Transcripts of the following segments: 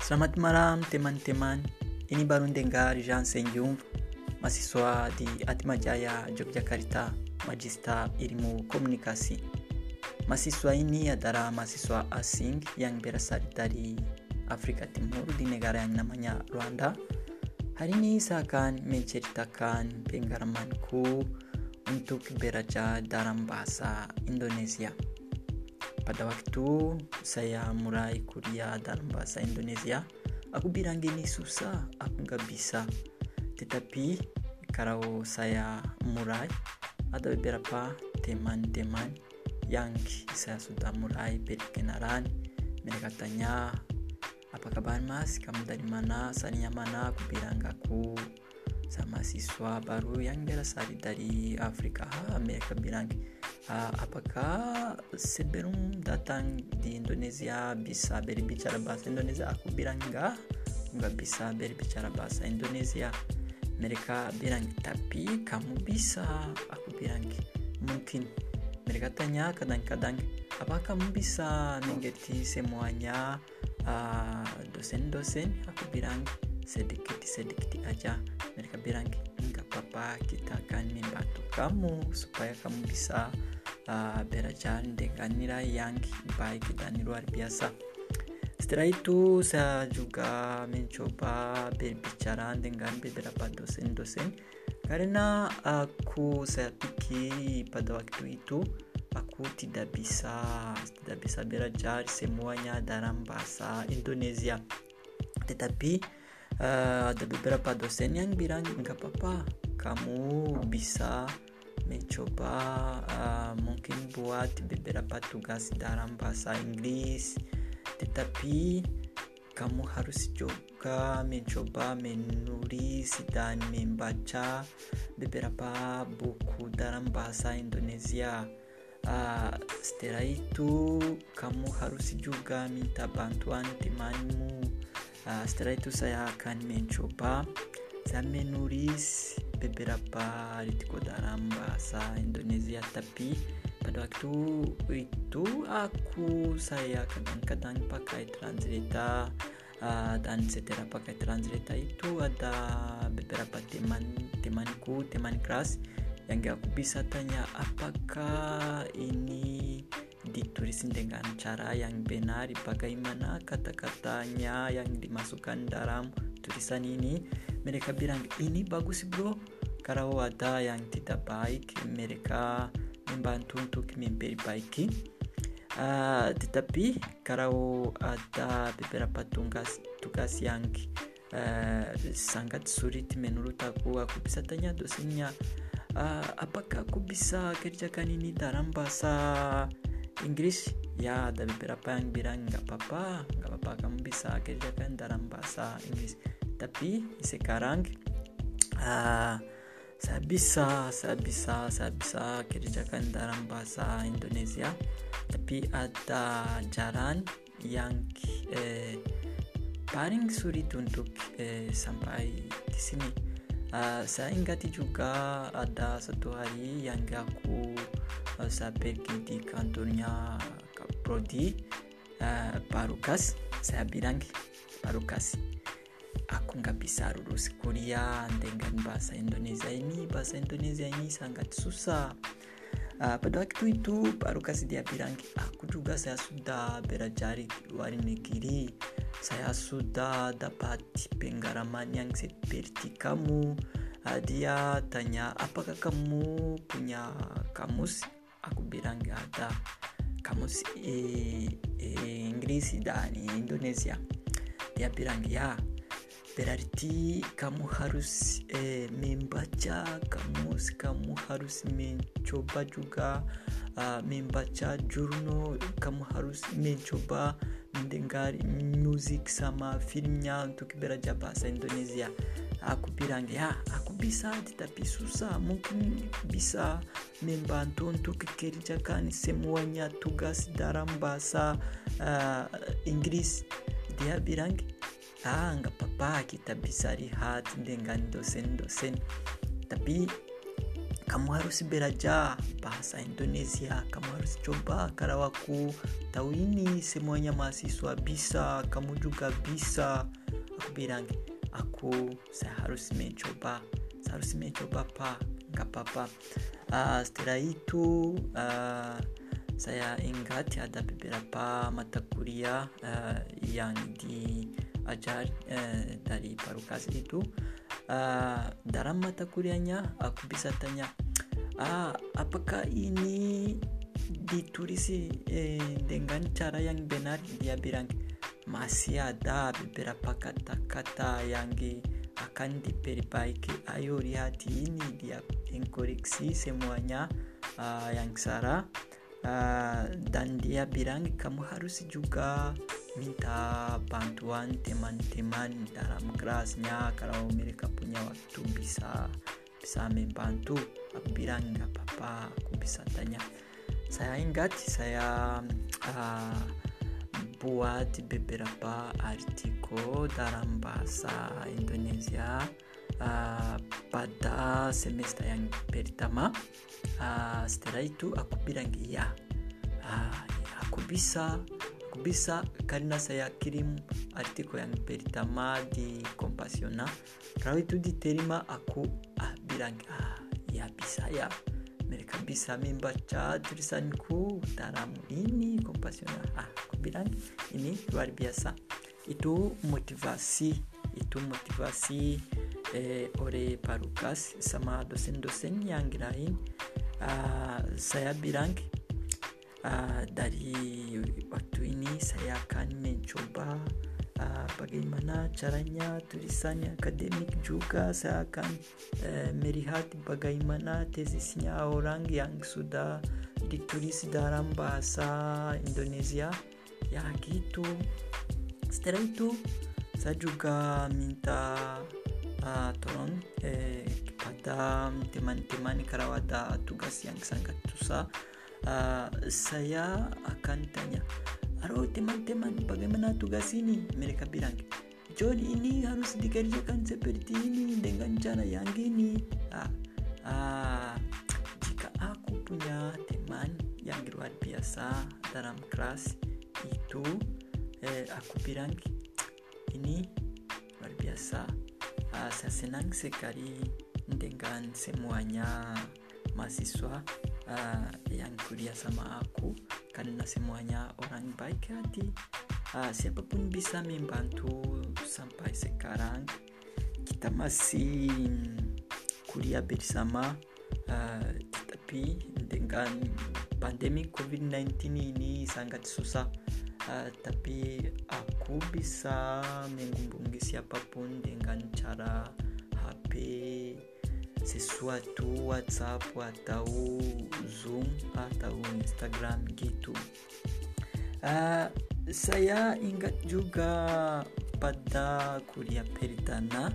Selamat malam teman-teman. Ini baru dengar Jansen Jung, mahasiswa di Atmajaya, Yogyakarta, Magister Ilmu Komunikasi. Mahasiswa ini adalah mahasiswa asing yang berasal dari Afrika Timur di negara yang namanya Rwanda. Hari ini saya akan menceritakan pengalamanku untuk belajar dalam bahasa Indonesia. Pada waktu saya mulai kuliah dalam bahasa Indonesia, aku bilang gini, susah, aku gak bisa. Tetapi kalau saya mulai, ada beberapa teman-teman yang saya sudah mulai berkenalan. Mereka tanya, apa kabar mas, kamu dari mana, asalnya mana? Aku bilang aku sama mahasiswa baru yang berasal dari Afrika. Mereka bilang, apakah sebelum datang di Indonesia bisa berbicara bahasa Indonesia? Aku bilang enggak bisa berbicara bahasa Indonesia. Mereka bilang, tapi kamu bisa. Aku bilang, mungkin. Mereka tanya kadang-kadang, apakah kamu bisa mengerti semuanya dosen-dosen? Aku bilang, sedikit aja. Mereka bilang, enggak apa-apa, kita akan membantu kamu supaya kamu bisa belajar dengan nilai yang baik dan luar biasa. Setelah itu saya juga mencoba berbicara dengan beberapa dosen-dosen karena saya pikir pada waktu itu aku tidak bisa belajar semuanya dalam bahasa Indonesia. Tetapi ada beberapa dosen yang bilang, enggak apa-apa, kamu bisa mencoba mungkin buat beberapa tugas dalam bahasa Inggris, tetapi kamu harus juga mencoba menulis dan membaca beberapa buku dalam bahasa Indonesia. Setelah itu kamu harus juga minta bantuan temanmu. Setelah itu saya akan mencoba saya menulis beberapa artikel dalam bahasa Indonesia, tapi pada waktu itu saya kadang-kadang pakai translator, dan setelah pakai translator itu ada beberapa teman kelas yang aku bisa tanya, apakah ini ditulis dengan cara yang benar, bagaimana kata-katanya yang dimasukkan dalam tulisan ini. Mereka bilang, ini bagus bro. Kalau ada yang tidak baik, mereka membantu untuk memperbaiki. Tetapi kalau ada beberapa tugas yang sangat sulit menurut aku bisa tanya dosennya, apakah aku bisa kerjakan ini dalam bahasa Inggris? Ya, ada beberapa yang bilang enggak apa-apa, kamu bisa kerjakan dalam bahasa Inggris. Tapi sekarang saya bisa kerjakan dalam bahasa Indonesia, tapi ada jalan yang paling sulit untuk sampai di sini. Saya ingat juga ada satu hari yang saya pergi di kantornya Prodi Parukas. Saya bilang, Parukas, aku gak bisa lulus kuliah dengan bahasa Indonesia ini. Bahasa Indonesia ini sangat susah. Pada waktu itu Parukas dia bilang, saya sudah belajar di luar negeri. Saya sudah dapat pengalaman yang seperti kamu. Dia tanya, apakah kamu punya kamus? Aku bilang gak ada kamus Inggris dan Indonesia. Dia bilang, ya, berarti kamu harus membaca kamus, kamu harus mencoba juga membaca jurnal, kamu harus mencoba mendengar musik sama filmnya untuk belajar bahasa Indonesia. Aku bilang, ya, aku bisa, tetapi susah. Mungkin bisa membantu untuk kerjakan semuanya tugas dalam bahasa Inggris. Dia bilang, enggak apa-apa, kita bisa lihat dengan dosen-dosen. Tapi kamu harus belajar bahasa Indonesia, kamu harus coba kalau aku tahu ini semuanya mahasiswa bisa, kamu juga bisa. Aku bilang, saya harus mencoba Pak, nggak apa-apa. Setelah itu saya ingat ada beberapa mata kuliah yang diajar dari Parukas itu. Dalam mata kuliahnya aku bisa tanya, apakah ini ditulis dengan cara yang benar? Dia bilang masih ada beberapa kata-kata yang akan diperbaiki. Ayo lihat ini, dia mengkoreksi semuanya yang salah. Dan dia bilang kamu harus juga minta bantuan teman-teman dalam kelasnya kalau mereka punya waktu bisa membantu. Aku bilang nggak apa-apa, aku bisa tanya. Saya ingat saya buat beberapa artikel dalam bahasa Indonesia pada semester yang pertama. Setelah itu aku bilang iya, aku bisa karena saya kirim artikel yang pertama di Kompasiona. Kalau itu diterima, aku bilang ya bisa ya, mereka bisa membaca tulisanku dalam ini Kompasiona. Aku bilang ini luar biasa. Itu motivasi oleh Parukas sama dosen-dosen yang lain. Saya bilang dari waktu ini saya akan mencoba bagaimana caranya tulisannya akademik juga. Saya akan melihat bagaimana tesisnya orang yang sudah ditulis dalam bahasa Indonesia ya gitu. Setelah itu saya juga minta tolong kepada teman-teman kalau ada tugas yang sangat susah. Saya akan tanya, halo teman-teman, bagaimana tugas ini? Mereka bilang, John, ini harus dikerjakan seperti ini dengan cara yang gini. Jika aku punya teman yang luar biasa dalam kelas itu, aku bilang ini luar biasa. Saya senang sekali dengan semuanya mahasiswa yang kuliah sama aku karena semuanya orang baik hati. Siapapun bisa membantu. Sampai sekarang kita masih kuliah bersama, tetapi dengan pandemi COVID-19 ini sangat susah. Tapi aku bisa menghubungi siapapun dengan cara HP, sesuatu WhatsApp atau Zoom atau Instagram gitu. Saya ingat juga pada kuliah perdana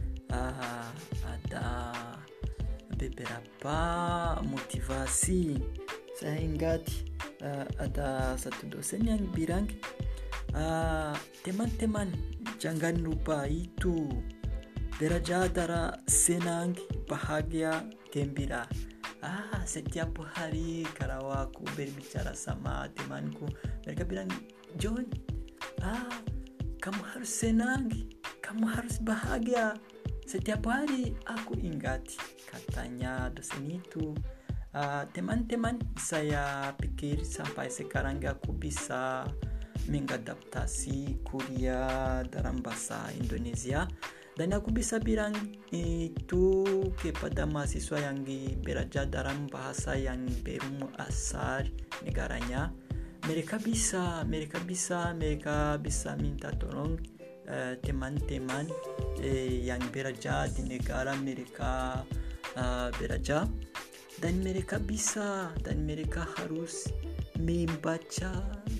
ada beberapa motivasi. Saya ingat ada satu dosen yang bilang, teman-teman jangan lupa itu belajar adalah senang, bahagia, gembira. Setiap hari kalau aku berbicara sama temanku, mereka bilang, John, kamu harus senang, kamu harus bahagia. Setiap hari aku ingat katanya dosen itu. Teman-teman, saya pikir sampai sekarang aku bisa mengadaptasi kuliah dalam bahasa Indonesia. Dan aku bisa bilang itu kepada mahasiswa yang belajar dalam bahasa yang belum asal negaranya. Mereka bisa minta tolong teman-teman yang belajar di negara mereka belajar. Dan mereka bisa, dan mereka harus membaca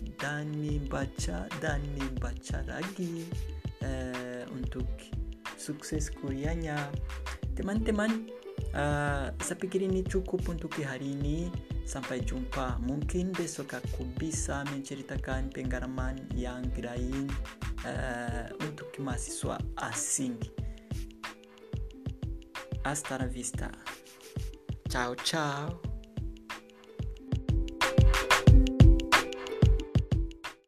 lagi untuk sukses kuliahnya. Teman-teman, saya pikir ini cukup untuk hari ini. Sampai jumpa. Mungkin besok aku bisa menceritakan pengalaman yang lain untuk mahasiswa asing. Hasta la vista. Ciao ciao.